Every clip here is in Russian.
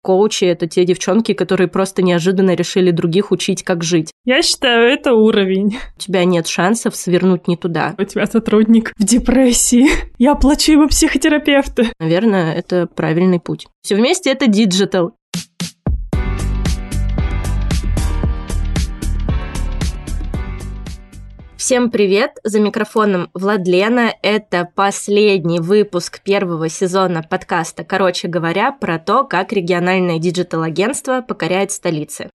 Коучи — это те девчонки, которые просто неожиданно решили других учить, как жить. Я считаю, это уровень. У тебя нет шансов свернуть не туда. У тебя сотрудник в депрессии. Я плачу ему психотерапевта. Наверное, это правильный путь. Все вместе это диджитал. Всем привет! За микрофоном Владлена. Это последний выпуск первого сезона подкаста «Короче говоря» про то, как региональное диджитал-агентство покоряет столицы.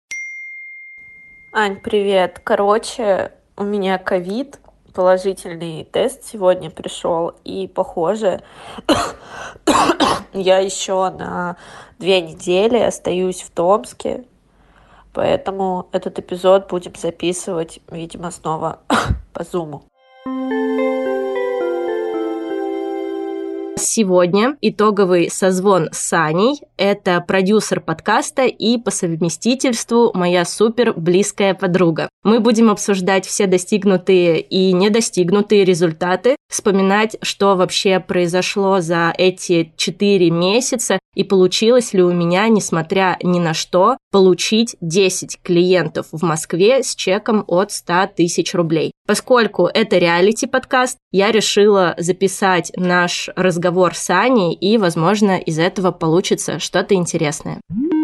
Ань, привет. Короче, у меня ковид, положительный тест сегодня пришел, и, похоже, я еще на 2 недели остаюсь в Томске. Поэтому этот эпизод будем записывать, видимо, снова по Зуму. Сегодня итоговый созвон с Саней. Это продюсер подкаста и по совместительству моя супер близкая подруга. Мы будем обсуждать все достигнутые и недостигнутые результаты, вспоминать, что вообще произошло за эти 4 месяца и получилось ли у меня, несмотря ни на что, получить 10 клиентов в Москве с чеком от 100 тысяч рублей. Поскольку это реалити-подкаст, я решила записать наш разговор с Аней, и, возможно, из этого получится что-то интересное.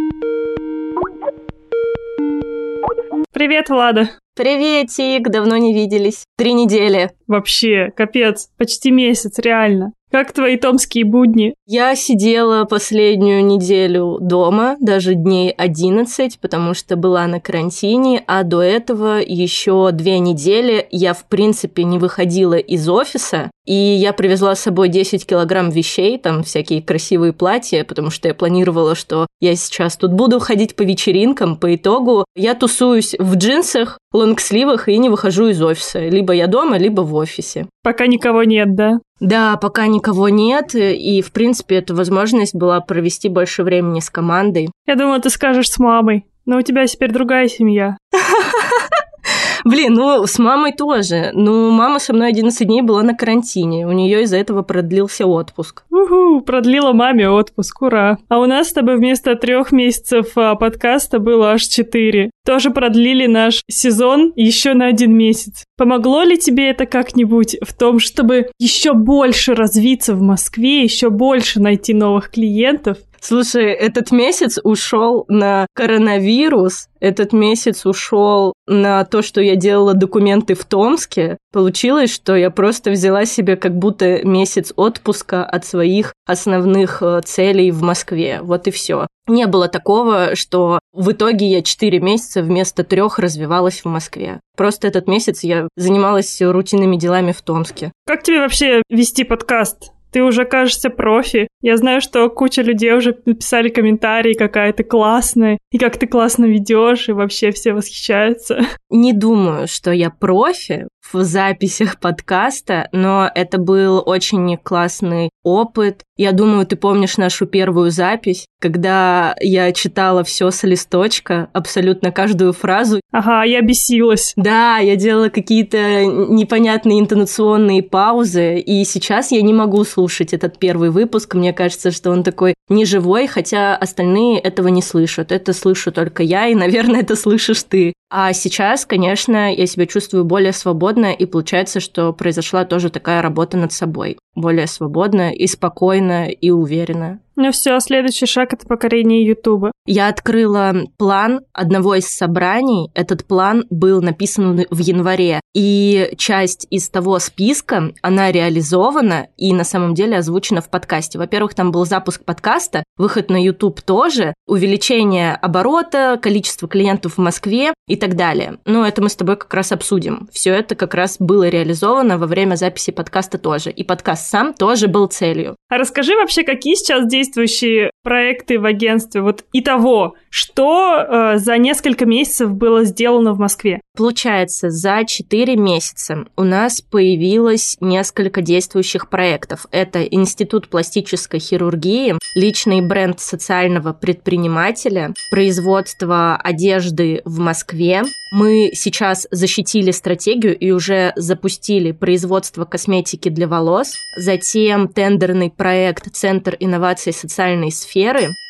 Привет, Влада. Приветик, давно не виделись. 3 недели. Вообще, капец, почти месяц, реально. Как твои томские будни? Я сидела последнюю неделю дома, даже дней 11, потому что была на карантине, а до этого еще 2 недели я, в принципе, не выходила из офиса, и я привезла с собой 10 килограмм вещей, там всякие красивые платья, потому что я планировала, что я сейчас тут буду ходить по вечеринкам. По итогу я тусуюсь в джинсах, лонгсливах и не выхожу из офиса. Либо я дома, либо в офисе. Пока никого нет, да? Да, пока никого нет, и, в принципе, эта возможность была провести больше времени с командой. Я думала, ты скажешь с мамой, но у тебя теперь другая семья. Блин, ну, с мамой тоже. Ну, мама со мной 11 дней была на карантине. У нее из-за этого продлился отпуск. Продлила маме отпуск, ура. А у нас с тобой вместо 3 месяцев подкаста было аж 4. Тоже продлили наш сезон еще на 1 месяц. Помогло ли тебе это как-нибудь в том, чтобы еще больше развиться в Москве, еще больше найти новых клиентов? Слушай, этот месяц ушел на коронавирус, этот месяц ушел на то, что я делала документы в Томске. Получилось, что я просто взяла себе как будто месяц отпуска от своих основных целей в Москве. Вот и все. Не было такого, что в итоге я 4 месяца вместо 3 развивалась в Москве. Просто этот месяц я занималась рутинными делами в Томске. Как тебе вообще вести подкаст? Ты уже кажешься профи. Я знаю, что куча людей уже написали комментарии, какая ты классная, и как ты классно ведешь, и вообще все восхищаются. Не думаю, что я профи в записях подкаста, но это был очень классный опыт. Я думаю, ты помнишь нашу первую запись, когда я читала все с листочка, абсолютно каждую фразу. Ага, я бесилась. Да, я делала какие-то непонятные интонационные паузы, и сейчас я не могу слушать этот первый выпуск. Мне кажется, что он такой неживой, хотя остальные этого не слышат. Это слышу только я, и, наверное, это слышишь ты. А сейчас, конечно, я себя чувствую более свободно, и получается, что произошла тоже такая работа над собой. Более свободно и спокойно и уверенно. Ну все, следующий шаг — это покорение Ютуба. Я открыла план одного из собраний. Этот план был написан в январе. И часть из того списка, она реализована и на самом деле озвучена в подкасте. Во-первых, там был запуск подкаста, выход на YouTube тоже, увеличение оборота, количество клиентов в Москве и так далее. Но это мы с тобой как раз обсудим. Все это как раз было реализовано во время записи подкаста тоже. И подкаст сам тоже был целью. А расскажи вообще, какие сейчас действующие проекты в агентстве? Вот итого, что за несколько месяцев было сделано в Москве? Получается, за 4 месяца у нас появилось несколько действующих проектов. Это Институт пластической хирургии, личный бренд социального предпринимателя, производство одежды в Москве. Мы сейчас защитили стратегию и уже запустили производство косметики для волос. Затем тендерный проект «Центр инноваций социальной сферы».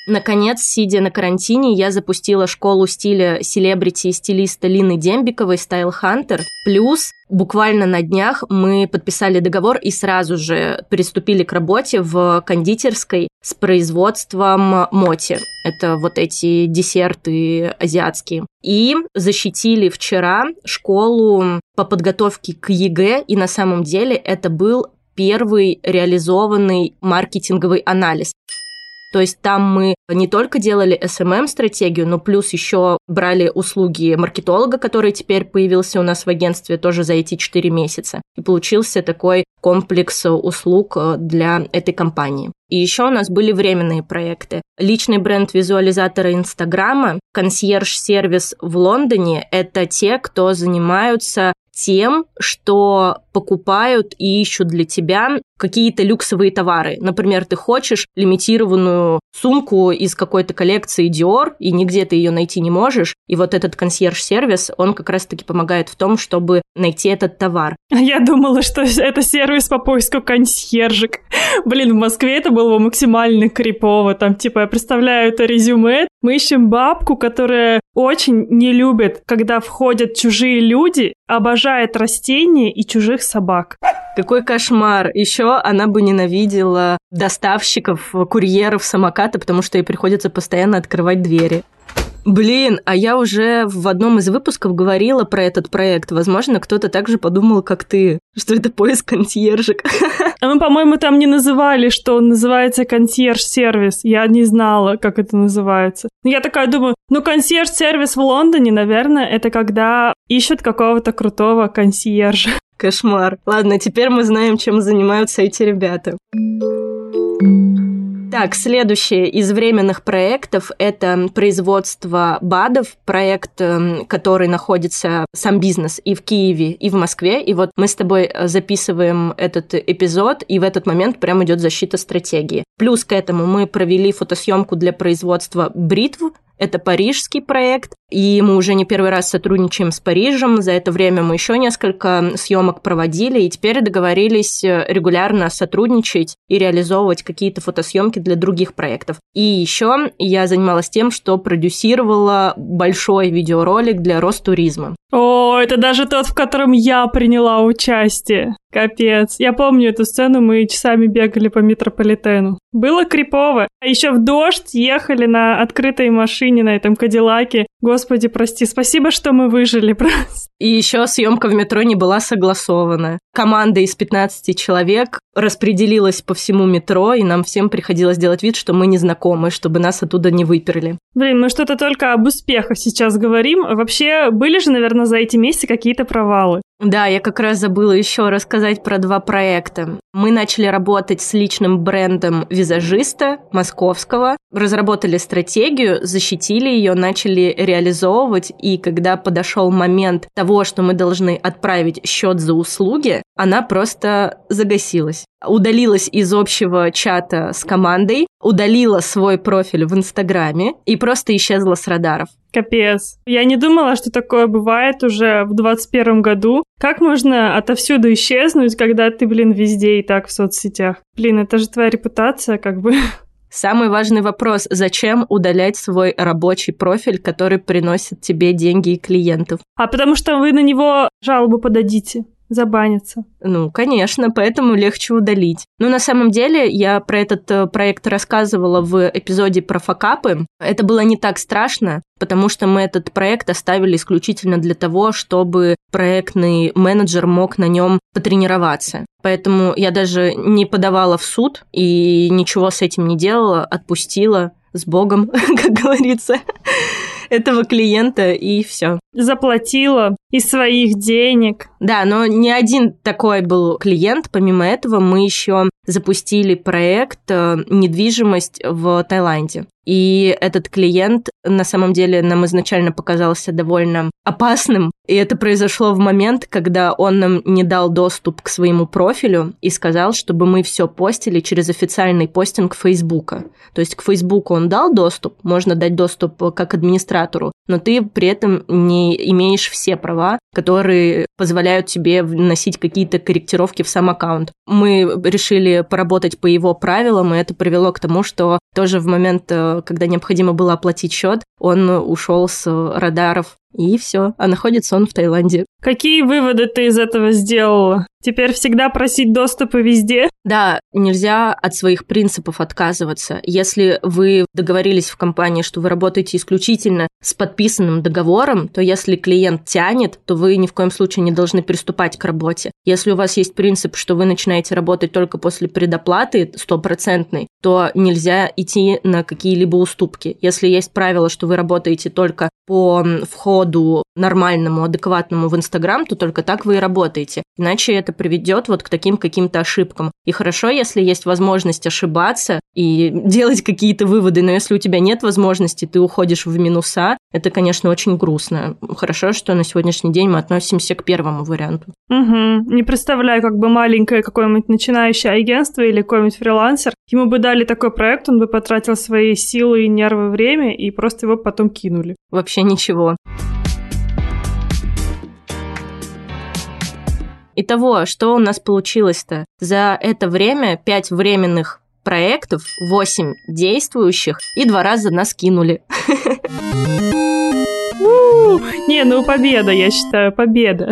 Наконец, сидя на карантине, я запустила школу стиля селебрити и стилиста Лины Дембиковой Style Hunter. Плюс буквально на днях мы подписали договор и сразу же приступили к работе в кондитерской с производством моти. Это вот эти десерты азиатские. И защитили вчера школу по подготовке к ЕГЭ, и на самом деле это был первый реализованный маркетинговый анализ. То есть там мы не только делали SMM-стратегию, но плюс еще брали услуги маркетолога, который теперь появился у нас в агентстве тоже за эти 4 месяца. И получился такой комплекс услуг для этой компании. И еще у нас были временные проекты. Личный бренд визуализатора Инстаграма, консьерж-сервис в Лондоне – это те, кто занимаются тем, что покупают и ищут для тебя какие-то люксовые товары. Например, ты хочешь лимитированную сумку из какой-то коллекции Dior, и нигде ты ее найти не можешь. И вот этот консьерж-сервис, он как раз-таки помогает в том, чтобы найти этот товар. Я думала, что это сервис по поиску консьержек. Блин, в Москве это было бы максимально крипово. Там, типа, я представляю это резюме. Мы ищем бабку, которая очень не любит, когда входят чужие люди, обожает растения и чужих собак. Какой кошмар. Еще она бы ненавидела доставщиков, курьеров самоката, потому что ей приходится постоянно открывать двери. Блин, а я уже в одном из выпусков говорила про этот проект. Возможно, кто-то так же подумал, как ты, что это поиск консьержек. А мы, по-моему, там не называли, что он называется консьерж-сервис. Я не знала, как это называется. Я такая думаю, консьерж-сервис в Лондоне, наверное, это когда ищут какого-то крутого консьержа. Кошмар. Ладно, теперь мы знаем, чем занимаются эти ребята. Так, следующее из временных проектов – это производство БАДов, проект, который находится, сам бизнес, и в Киеве, и в Москве. И вот мы с тобой записываем этот эпизод, и в этот момент прям идет защита стратегии. Плюс к этому мы провели фотосъемку для производства бритв. Это парижский проект, и мы уже не первый раз сотрудничаем с Парижем. За это время мы еще несколько съемок проводили, и теперь договорились регулярно сотрудничать и реализовывать какие-то фотосъемки для других проектов. И еще я занималась тем, что продюсировала большой видеоролик для Ростуризма. О, это даже тот, в котором я приняла участие. Капец. Я помню эту сцену, мы часами бегали по метрополитену. Было крипово. А еще в дождь ехали на открытой машине, на этом Кадиллаке. Господи, прости, спасибо, что мы выжили просто. И еще съемка в метро не была согласована. Команда из 15 человек распределилась по всему метро, и нам всем приходилось делать вид, что мы не знакомы, чтобы нас оттуда не выперли. Блин, мы что-то только об успехах сейчас говорим. Вообще, были же, наверное, за эти месяцы какие-то провалы? Да, я как раз забыла еще рассказать про 2 проекта. Мы начали работать с личным брендом визажиста московского, разработали стратегию, защитили ее, начали реализовывать, и когда подошел момент того, что мы должны отправить счет за услуги, она просто загасилась. Удалилась из общего чата с командой, удалила свой профиль в Инстаграме и просто исчезла с радаров. Капец. Я не думала, что такое бывает уже в 2021 году. Как можно отовсюду исчезнуть, когда ты, везде и так в соцсетях? Это же твоя репутация, как бы. Самый важный вопрос – зачем удалять свой рабочий профиль, который приносит тебе деньги и клиентов? А потому что вы на него жалобу подадите. Забанится. Конечно, поэтому легче удалить. На самом деле, я про этот проект рассказывала в эпизоде про факапы. Это было не так страшно, потому что мы этот проект оставили исключительно для того, чтобы проектный менеджер мог на нем потренироваться. Поэтому я даже не подавала в суд и ничего с этим не делала, отпустила с Богом, как говорится, этого клиента, и все. Заплатила из своих денег. Да, но не один такой был клиент. Помимо этого, мы еще запустили проект «Недвижимость в Таиланде». И этот клиент, на самом деле, нам изначально показался довольно опасным. И это произошло в момент, когда он нам не дал доступ к своему профилю и сказал, чтобы мы все постили через официальный постинг Фейсбука. То есть к Фейсбуку он дал доступ, можно дать доступ как администратору, но ты при этом не имеешь все права, которые позволяют тебе вносить какие-то корректировки в сам аккаунт. Мы решили поработать по его правилам, и это привело к тому, что тоже в момент, когда необходимо было оплатить счет, он ушел с радаров. И все, а находится он в Таиланде. Какие выводы ты из этого сделала? Теперь всегда просить доступа везде? Да, нельзя от своих принципов отказываться. Если вы договорились в компании, что вы работаете исключительно с подписанным договором, то если клиент тянет, то вы ни в коем случае не должны приступать к работе. Если у вас есть принцип, что вы начинаете работать только после предоплаты 100%, то нельзя идти на какие-либо уступки. Если есть правило, что вы работаете только по входу нормальному, адекватному в Инстаграм, то только так вы и работаете. Иначе это приведет вот к таким каким-то ошибкам. И хорошо, если есть возможность ошибаться и делать какие-то выводы, но если у тебя нет возможности, ты уходишь в минуса, это, конечно, очень грустно. Хорошо, что на сегодняшний день мы относимся к первому варианту. Угу. Не представляю, как бы маленькое какое-нибудь начинающее агентство или какой-нибудь фрилансер, ему бы дали такой проект, он бы потратил свои силы, нервы, время и просто его потом кинули. Вообще ничего. Итого, что у нас получилось-то? За это время 5 временных проектов, 8 действующих и 2 раза нас кинули. Не, ну победа, я считаю, победа.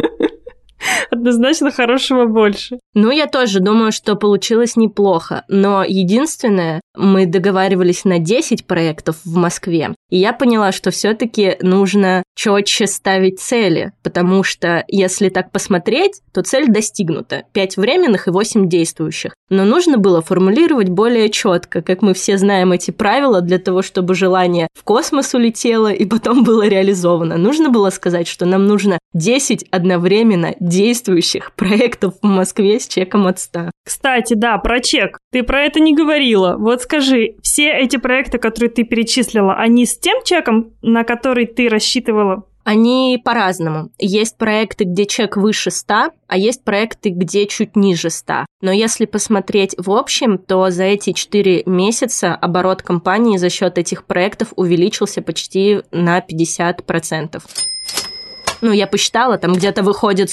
Однозначно хорошего больше. Ну, я тоже думаю, что получилось неплохо. Но единственное, мы договаривались на 10 проектов в Москве. И я поняла, что все-таки нужно четче ставить цели. Потому что, если так посмотреть, то цель достигнута. 5 временных и 8 действующих. Но нужно было формулировать более четко. Как мы все знаем эти правила, для того, чтобы желание в космос улетело и потом было реализовано. Нужно было сказать, что нам нужно 10 одновременно действующих проектов в Москве с чеком от 100. Кстати, да, про чек. Ты про это не говорила. Вот скажи, все эти проекты, которые ты перечислила, они с тем чеком, на который ты рассчитывала? Они по-разному. Есть проекты, где чек выше 100, а есть проекты, где чуть ниже 100. Но если посмотреть в общем, то за эти 4 месяца оборот компании за счет этих проектов увеличился почти на 50%. Ну, я посчитала, там где-то выходит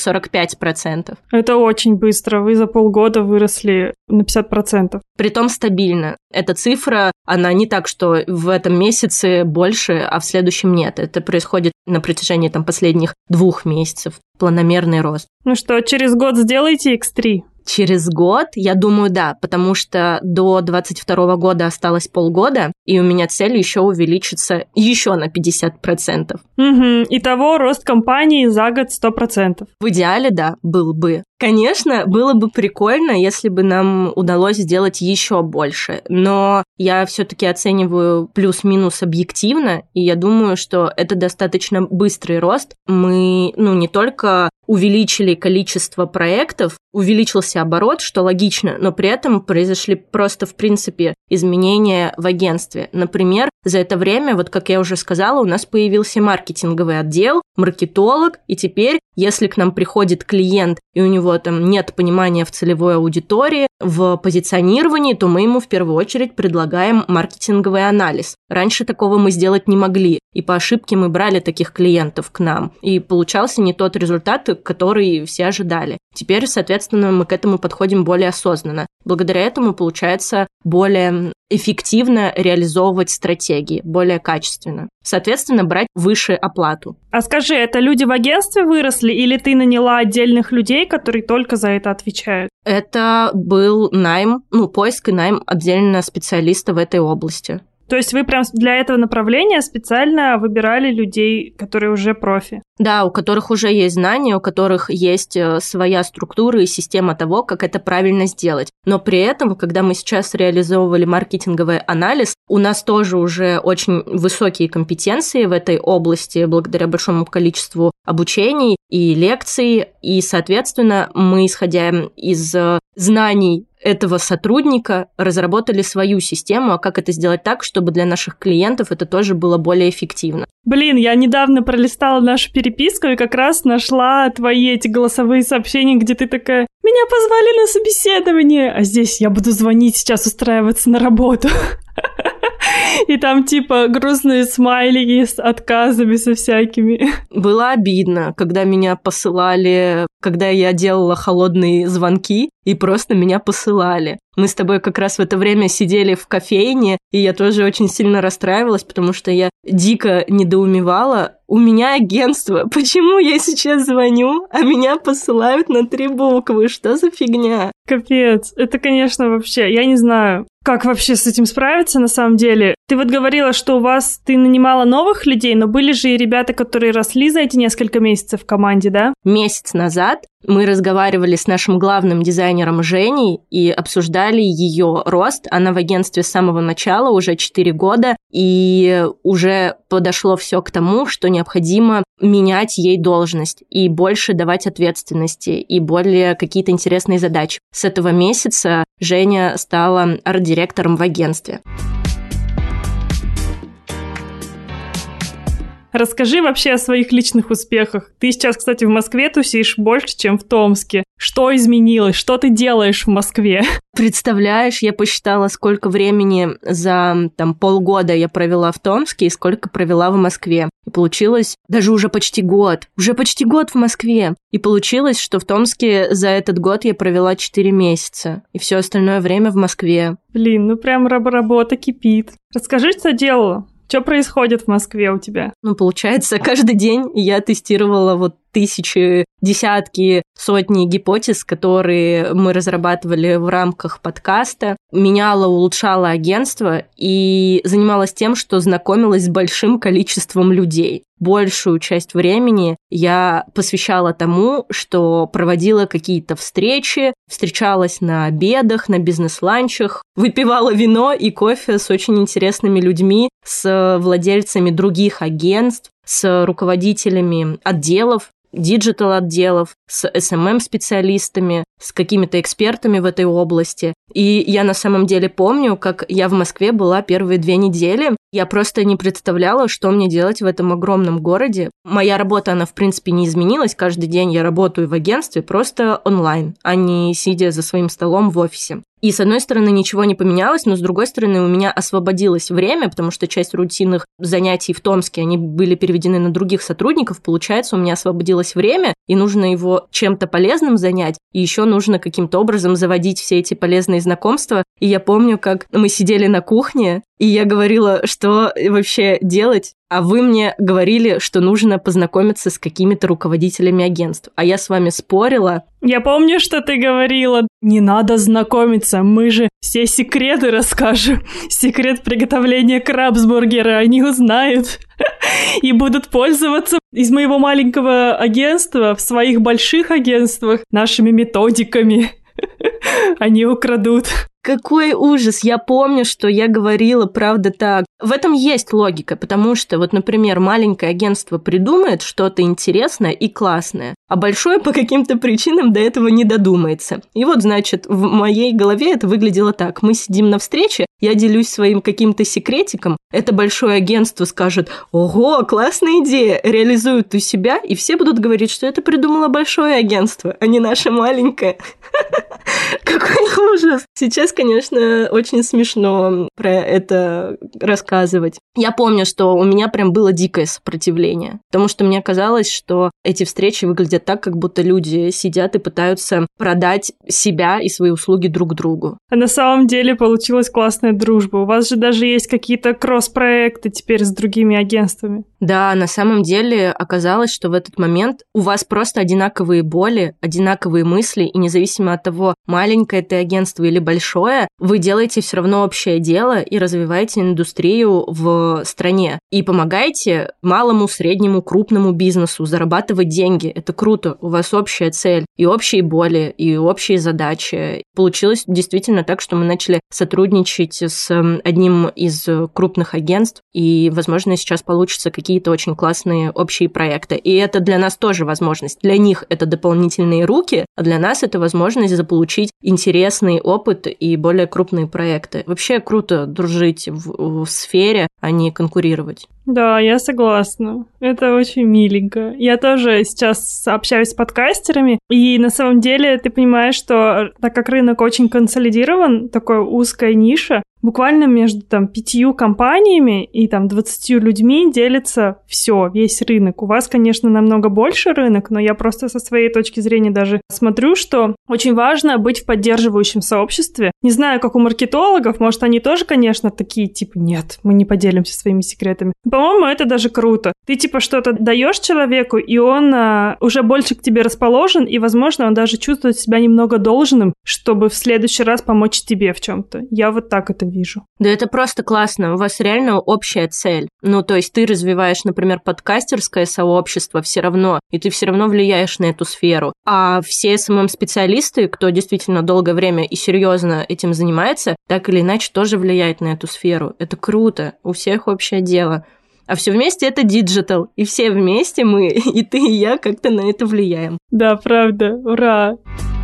45%. Это очень быстро. Вы за полгода выросли на 50%. Притом стабильно. Эта цифра, она не так, что в этом месяце больше, а в следующем нет. Это происходит на протяжении последних 2 месяцев. Планомерный рост. Ну что, через год сделайте X3? Через год, я думаю, да, потому что до 2022 года осталось полгода, и у меня цель еще увеличится еще на 50%. Угу. Итого рост компании за год 100%. В идеале, да, был бы. Конечно, было бы прикольно, если бы нам удалось сделать еще больше, но я все-таки оцениваю плюс-минус объективно, и я думаю, что это достаточно быстрый рост. Мы, не только увеличили количество проектов, увеличился оборот, что логично, но при этом произошли просто, в принципе, изменения в агентстве. Например, за это время, вот как я уже сказала, у нас появился маркетинговый отдел, маркетолог, и теперь, если к нам приходит клиент, и у него там нет понимания в целевой аудитории, в позиционировании, то мы ему в первую очередь предлагаем маркетинговый анализ. Раньше такого мы сделать не могли, и по ошибке мы брали таких клиентов к нам, и получался не тот результат, который все ожидали. Теперь, соответственно, мы к этому подходим более осознанно. Благодаря этому получается более эффективно реализовывать стратегии, более качественно. Соответственно, брать выше оплату. А скажи, это люди в агентстве выросли или ты наняла отдельных людей, которые только за это отвечают? Это был найм, поиск и найм отдельно специалиста в этой области. То есть вы прям для этого направления специально выбирали людей, которые уже профи? Да, у которых уже есть знания, у которых есть своя структура и система того, как это правильно сделать. Но при этом, когда мы сейчас реализовывали маркетинговый анализ, у нас тоже уже очень высокие компетенции в этой области, благодаря большому количеству обучений и лекций. И, соответственно, мы, исходя из знаний этого сотрудника, разработали свою систему, а как это сделать так, чтобы для наших клиентов это тоже было более эффективно. Блин, я недавно пролистала нашу переписку и как раз нашла твои эти голосовые сообщения, где ты такая: «Меня позвали на собеседование», а здесь я буду звонить сейчас, устраиваться на работу. И там типа грустные смайлики с отказами со всякими. Было обидно, когда меня посылали когда я делала холодные звонки, и просто меня посылали. Мы с тобой как раз в это время сидели в кофейне, и я тоже очень сильно расстраивалась, потому что я дико недоумевала. У меня агентство, почему я сейчас звоню, а меня посылают на 3 буквы? Что за фигня? Капец, это, конечно, вообще, я не знаю, как вообще с этим справиться на самом деле. Ты вот говорила, что у вас ты нанимала новых людей, но были же и ребята, которые росли за эти несколько месяцев в команде, да? Месяц назад мы разговаривали с нашим главным дизайнером Женей и обсуждали ее рост. Она в агентстве с самого начала, уже 4 года, и уже подошло все к тому, что необходимо менять ей должность и больше давать ответственности, и более какие-то интересные задачи. С этого месяца Женя стала арт-директором в агентстве. Расскажи вообще о своих личных успехах. Ты сейчас, кстати, в Москве тусишь больше, чем в Томске. Что изменилось? Что ты делаешь в Москве? Представляешь, я посчитала, сколько времени за полгода я провела в Томске и сколько провела в Москве. И получилось даже уже почти год. Уже почти год в Москве. И получилось, что в Томске за этот год я провела 4 месяца. И все остальное время в Москве. Блин, ну прям работа кипит. Расскажи, что делала? Что происходит в Москве у тебя? Получается, каждый день я тестировала тысячи, десятки, сотни гипотез, которые мы разрабатывали в рамках подкаста, меняла, улучшала агентство и занималась тем, что знакомилась с большим количеством людей. Большую часть времени я посвящала тому, что проводила какие-то встречи, встречалась на обедах, на бизнес-ланчах, выпивала вино и кофе с очень интересными людьми, с владельцами других агентств, с руководителями отделов, диджитал-отделов, с SMM-специалистами, с какими-то экспертами в этой области. И я на самом деле помню, как я в Москве была первые 2 недели. Я просто не представляла, что мне делать в этом огромном городе. Моя работа, она, в принципе, не изменилась. Каждый день я работаю в агентстве просто онлайн, а не сидя за своим столом в офисе. И, с одной стороны, ничего не поменялось, но, с другой стороны, у меня освободилось время, потому что часть рутинных занятий в Томске, они были переведены на других сотрудников. Получается, у меня освободилось время, и нужно его чем-то полезным занять, и еще нужно каким-то образом заводить все эти полезные знакомства. И я помню, как мы сидели на кухне, и я говорила, что вообще делать, а вы мне говорили, что нужно познакомиться с какими-то руководителями агентств. А я с вами спорила. Я помню, что ты говорила. Не надо знакомиться, мы же все секреты расскажем. Секрет приготовления крабсбургера они узнают и будут пользоваться из моего маленького агентства в своих больших агентствах нашими методиками. Они украдут. Какой ужас! Я помню, что я говорила, правда, так. В этом есть логика, потому что, например, маленькое агентство придумает что-то интересное и классное, а большое по каким-то причинам до этого не додумается. И значит, в моей голове это выглядело так. Мы сидим на встрече, я делюсь своим каким-то секретиком, это большое агентство скажет: «Ого, классная идея!» реализуют у себя, и все будут говорить, что это придумало большое агентство, а не наше маленькое. Какой ужас! Сейчас, конечно, очень смешно про это рассказывать. Я помню, что у меня прям было дикое сопротивление, потому что мне казалось, что эти встречи выглядят так, как будто люди сидят и пытаются продать себя и свои услуги друг другу. А на самом деле получилась классная дружба. У вас же даже есть какие-то кросс-проекты теперь с другими агентствами. Да, на самом деле оказалось, что в этот момент у вас просто одинаковые боли, одинаковые мысли, и независимо от того, маленькое ты агентство или большое, вы делаете все равно общее дело и развиваете индустрию в стране. И помогаете малому, среднему, крупному бизнесу зарабатывать деньги. Это круто. У вас общая цель и общие боли, и общие задачи. Получилось действительно так, что мы начали сотрудничать с одним из крупных агентств, и, возможно, сейчас получатся какие-то очень классные общие проекты. И это для нас тоже возможность. Для них это дополнительные руки, а для нас это возможность заполучить интересный опыт и более крупные проекты. Вообще круто дружить в сфере, а не конкурировать. Да, я согласна. Это очень миленько. Я тоже сейчас общаюсь с подкастерами, и на самом деле ты понимаешь, что так как рынок очень консолидирован, такая узкая ниша, буквально между 5 компаниями и 20 людьми делится все, весь рынок. У вас, конечно, намного больше рынок, но я просто со своей точки зрения даже смотрю, что очень важно быть в поддерживающем сообществе. Не знаю, как у маркетологов, может, они тоже, конечно, такие, нет, мы не поделимся своими секретами. По-моему, это даже круто. Ты, что-то даешь человеку, и он уже больше к тебе расположен, и, возможно, он даже чувствует себя немного должным, чтобы в следующий раз помочь тебе в чем-то. Я вот так это вижу. Да это просто классно. У вас реально общая цель. То есть ты развиваешь, например, подкастерское сообщество все равно, и ты все равно влияешь на эту сферу. А все SMM-специалисты, кто действительно долгое время и серьезно этим занимается, так или иначе тоже влияет на эту сферу. Это круто. У всех общее дело. А все вместе это диджитал. И все вместе мы, и ты, и я, как-то на это влияем. Да, правда. Ура!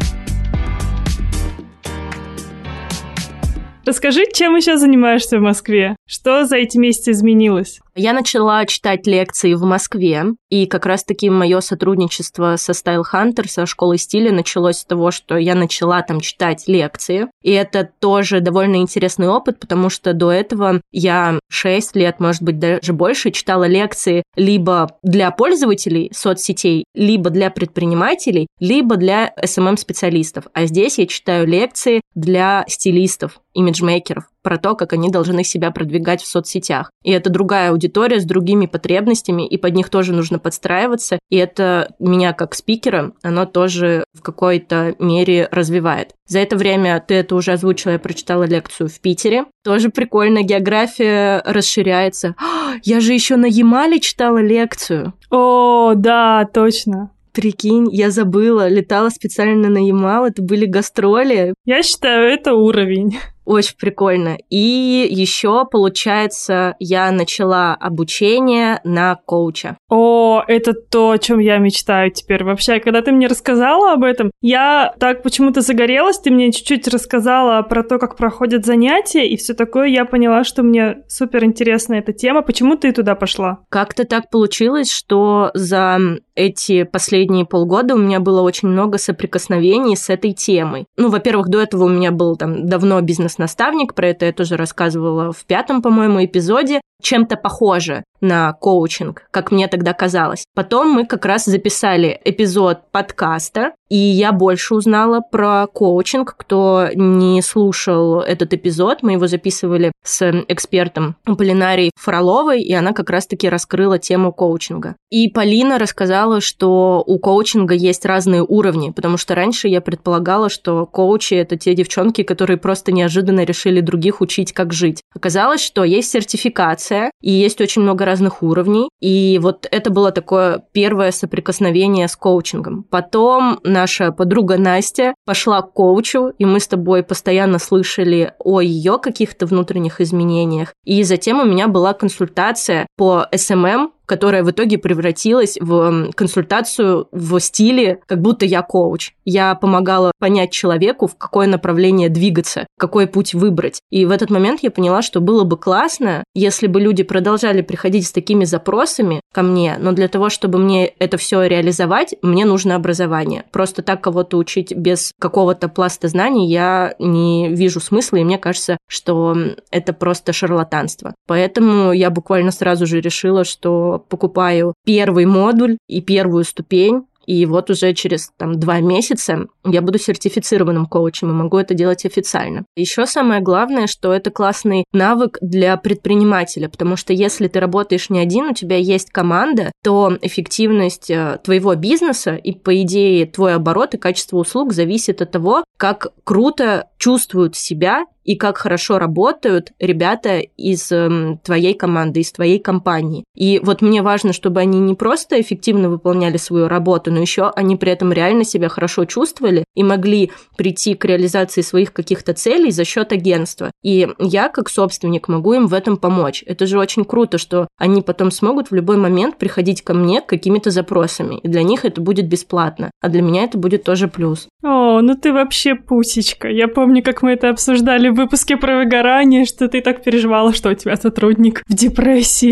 Расскажи, чем еще занимаешься в Москве? Что за эти месяцы изменилось? Я начала читать лекции в Москве, и как раз-таки мое сотрудничество со Style Hunter, со школой стиля, началось с того, что я начала там читать лекции. И это тоже довольно интересный опыт, потому что до этого я 6 лет, может быть, даже больше, читала лекции либо для пользователей соцсетей, либо для предпринимателей, либо для SMM-специалистов. А здесь я читаю лекции для стилистов, имиджмейкеров, про то, как они должны себя продвигать в соцсетях. И это другая аудитория с другими потребностями, и под них тоже нужно подстраиваться. И это меня как спикера, оно тоже в какой-то мере развивает. За это время, ты это уже озвучила, я прочитала лекцию в Питере. Тоже прикольно, география расширяется. Я же еще на Ямале читала лекцию. О, да, точно. Прикинь, я забыла, летала специально на Ямал, это были гастроли. Я считаю, это уровень. Очень прикольно. И еще, получается, я начала обучение на коуча. О, это то, о чем я мечтаю теперь. Вообще, когда ты мне рассказала об этом, я так почему-то загорелась, ты мне чуть-чуть рассказала про то, как проходят занятия, и все такое, я поняла, что мне супер интересна эта тема. Почему ты туда пошла? Как-то так получилось, что за эти последние полгода у меня было очень много соприкосновений с этой темой. Во-первых, до этого у меня был давно бизнес-наставник, про это я тоже рассказывала в 5-м, по-моему, эпизоде, чем-то похоже на коучинг, как мне тогда казалось. Потом мы как раз записали эпизод подкаста, и я больше узнала про коучинг. Кто не слушал этот эпизод, мы его записывали с экспертом Полинарией Фроловой, и она как раз-таки раскрыла тему коучинга. И Полина рассказала, что у коучинга есть разные уровни, потому что раньше я предполагала, что коучи — это те девчонки, которые просто неожиданно решили других учить, как жить. Оказалось, что есть сертификация, и есть очень много разных уровней, и вот это было такое первое соприкосновение с коучингом. Потом наша подруга Настя пошла к коучу, и мы с тобой постоянно слышали о ее каких-то внутренних изменениях. И затем у меня была консультация по SMM, которая в итоге превратилась в консультацию в стиле, как будто я коуч. Я помогала понять человеку, в какое направление двигаться, какой путь выбрать. И в этот момент я поняла, что было бы классно, если бы люди продолжали приходить с такими запросами ко мне, но для того, чтобы мне это все реализовать, мне нужно образование. Просто так кого-то учить без какого-то пласта знаний я не вижу смысла, и мне кажется, что это просто шарлатанство. Поэтому я буквально сразу же решила, что покупаю первый модуль и первую ступень, и вот уже через 2 месяца я буду сертифицированным коучем и могу это делать официально. Еще самое главное, что это классный навык для предпринимателя, потому что если ты работаешь не один, у тебя есть команда, то эффективность твоего бизнеса и, по идее, твой оборот и качество услуг зависит от того, как круто чувствуют себя и как хорошо работают ребята из твоей команды, из твоей компании. И вот мне важно, чтобы они не просто эффективно выполняли свою работу, но еще они при этом реально себя хорошо чувствовали и могли прийти к реализации своих каких-то целей за счет агентства. И я, как собственник, могу им в этом помочь. Это же очень круто, что они потом смогут в любой момент приходить ко мне какими-то запросами. И для них это будет бесплатно, а для меня это будет тоже плюс. О, ну ты вообще пусечка. Я помню, как мы это обсуждали в выпуске про выгорание, что ты так переживала, что у тебя сотрудник в депрессии.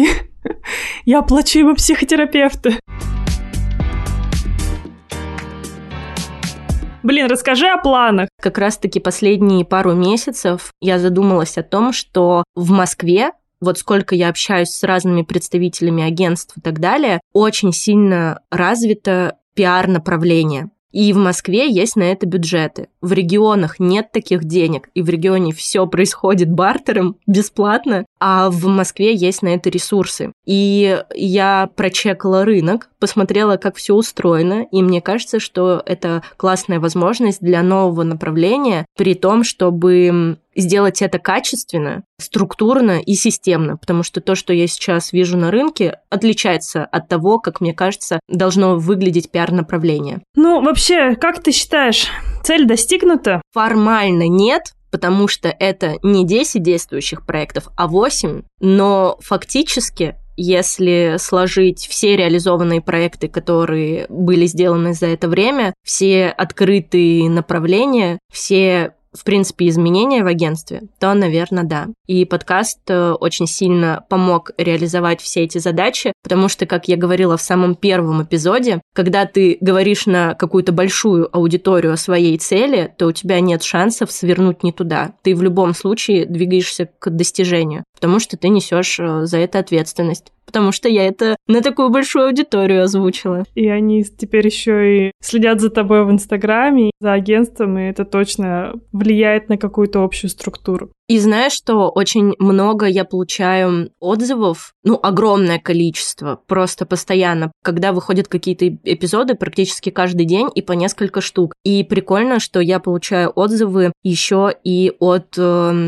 Я оплачу ему психотерапевта. Блин, расскажи о планах. Как раз-таки последние пару месяцев я задумалась о том, что в Москве, вот сколько я общаюсь с разными представителями агентств и так далее, очень сильно развито пиар-направление. И в Москве есть на это бюджеты. В регионах нет таких денег, и в регионе все происходит бартером, бесплатно, а в Москве есть на это ресурсы. И я прочекала рынок, посмотрела, как все устроено, и мне кажется, что это классная возможность для нового направления, при том, чтобы сделать это качественно, структурно и системно, потому что то, что я сейчас вижу на рынке, отличается от того, как, мне кажется, должно выглядеть пиар-направление. Ну, вообще, как ты считаешь, цель достигнута? Формально нет, потому что это не 10 действующих проектов, а 8, но фактически, если сложить все реализованные проекты, которые были сделаны за это время, все открытые направления, все в принципе, изменения в агентстве, то, наверное, да. И подкаст очень сильно помог реализовать все эти задачи, потому что, как я говорила в самом первом эпизоде, когда ты говоришь на какую-то большую аудиторию о своей цели, то у тебя нет шансов свернуть не туда. Ты в любом случае двигаешься к достижению, потому что ты несешь за это ответственность. Потому что я это на такую большую аудиторию озвучила. И они теперь еще и следят за тобой в Инстаграме, за агентством, и это точно влияет на какую-то общую структуру. И знаешь, что очень много я получаю отзывов, огромное количество, просто постоянно, когда выходят какие-то эпизоды практически каждый день и по несколько штук. И прикольно, что я получаю отзывы еще и от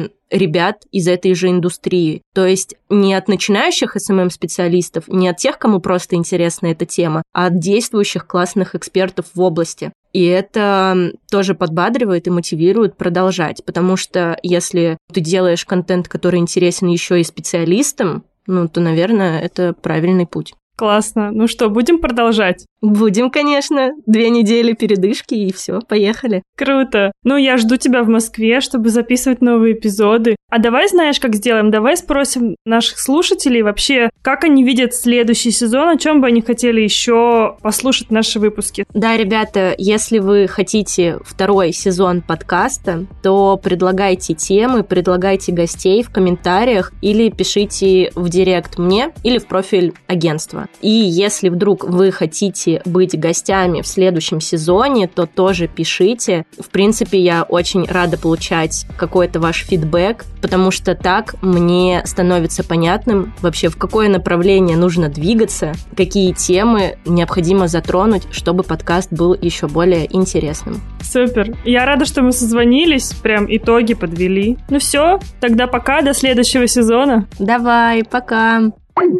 ребят из этой же индустрии. То есть не от начинающих SMM-специалистов, не от тех, кому просто интересна эта тема, а от действующих классных экспертов в области. И это тоже подбадривает и мотивирует продолжать, потому что если ты делаешь контент, который интересен еще и специалистам, то, наверное, это правильный путь. Классно. Ну что, будем продолжать? Будем, конечно. 2 недели передышки, и все, поехали. Круто. Я жду тебя в Москве, чтобы записывать новые эпизоды. А давай, знаешь, как сделаем? Давай спросим наших слушателей вообще, как они видят следующий сезон, о чем бы они хотели еще послушать наши выпуски. Да, ребята, если вы хотите 2 сезон подкаста, то предлагайте темы, предлагайте гостей в комментариях или пишите в директ мне или в профиль агентства. И если вдруг вы хотите быть гостями в следующем сезоне, то тоже пишите. В принципе, я очень рада получать какой-то ваш фидбэк, потому что так мне становится понятным вообще, в какое направление нужно двигаться, какие темы необходимо затронуть, чтобы подкаст был еще более интересным. Супер. Я рада, что мы созвонились, прям итоги подвели. Все, тогда пока, до следующего сезона. Давай, пока.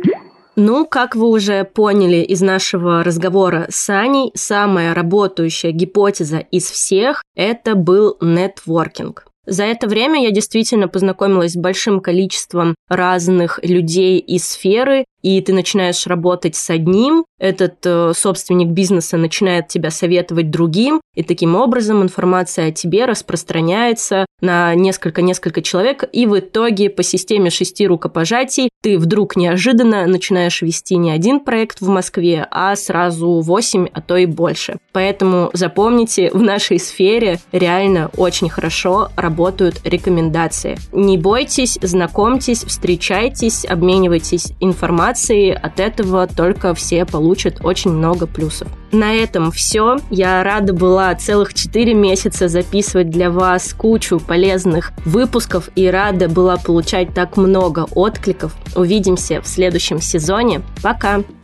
Как вы уже поняли из нашего разговора с Аней, самая работающая гипотеза из всех – это был нетворкинг. За это время я действительно познакомилась с большим количеством разных людей из сферы, и ты начинаешь работать с одним, этот собственник бизнеса начинает тебя советовать другим, и таким образом информация о тебе распространяется на несколько человек, и в итоге по системе 6 рукопожатий ты вдруг неожиданно начинаешь вести не один проект в Москве, а сразу 8, а то и больше. Поэтому запомните, в нашей сфере реально очень хорошо работают рекомендации. Не бойтесь, знакомьтесь, встречайтесь, обменивайтесь информацией, от этого только все получат очень много плюсов. На этом все. Я рада была целых 4 месяца записывать для вас кучу полезных выпусков и рада была получать так много откликов. Увидимся в следующем сезоне. Пока!